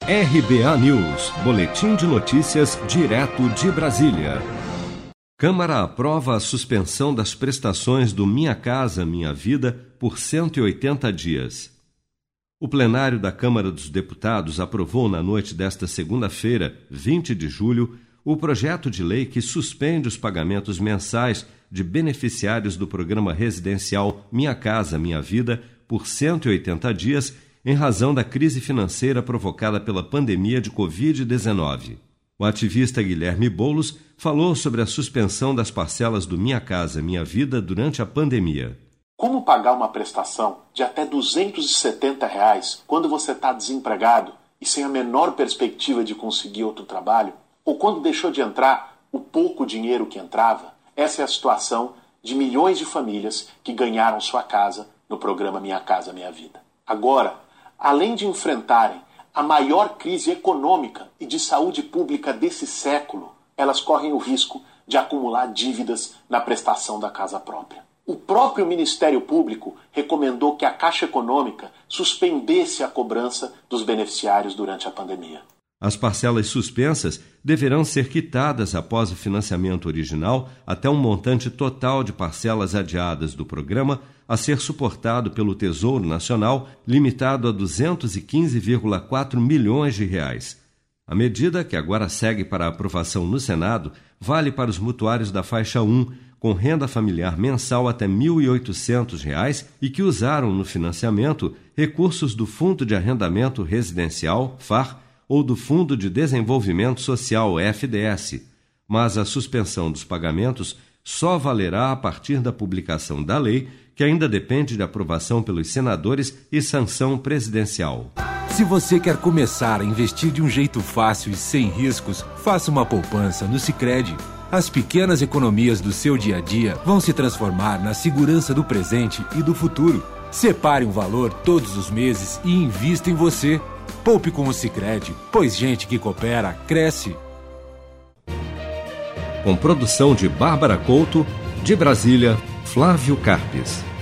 RBA News, boletim de notícias direto de Brasília. Câmara aprova a suspensão das prestações do Minha Casa Minha Vida por 180 dias. O plenário da Câmara dos Deputados aprovou na noite desta segunda-feira, 20 de julho, o projeto de lei que suspende os pagamentos mensais de beneficiários do programa residencial Minha Casa Minha Vida por 180 dias em razão da crise financeira provocada pela pandemia de Covid-19. O ativista Guilherme Boulos falou sobre a suspensão das parcelas do Minha Casa Minha Vida durante a pandemia. Como pagar uma prestação de até R$ 270 quando você está desempregado e sem a menor perspectiva de conseguir outro trabalho? Ou quando deixou de entrar o pouco dinheiro que entrava? Essa é a situação de milhões de famílias que ganharam sua casa no programa Minha Casa Minha Vida. Agora, além de enfrentarem a maior crise econômica e de saúde pública desse século, elas correm o risco de acumular dívidas na prestação da casa própria. O próprio Ministério Público recomendou que a Caixa Econômica suspendesse a cobrança dos beneficiários durante a pandemia. As parcelas suspensas deverão ser quitadas após o financiamento original até um montante total de parcelas adiadas do programa a ser suportado pelo Tesouro Nacional, limitado a R$ 215,4 milhões de reais. A medida, que agora segue para aprovação no Senado, vale para os mutuários da faixa 1, com renda familiar mensal até R$ 1.800 e que usaram no financiamento recursos do Fundo de Arrendamento Residencial, FAR, ou do Fundo de Desenvolvimento Social, FDS. Mas a suspensão dos pagamentos só valerá a partir da publicação da lei, que ainda depende de aprovação pelos senadores e sanção presidencial. Se você quer começar a investir de um jeito fácil e sem riscos, faça uma poupança no Sicredi. As pequenas economias do seu dia a dia vão se transformar na segurança do presente e do futuro. Separe um valor todos os meses e invista em você. Poupe com o Sicredi, pois gente que coopera, cresce. Com produção de Bárbara Couto, de Brasília, Flávio Carpes.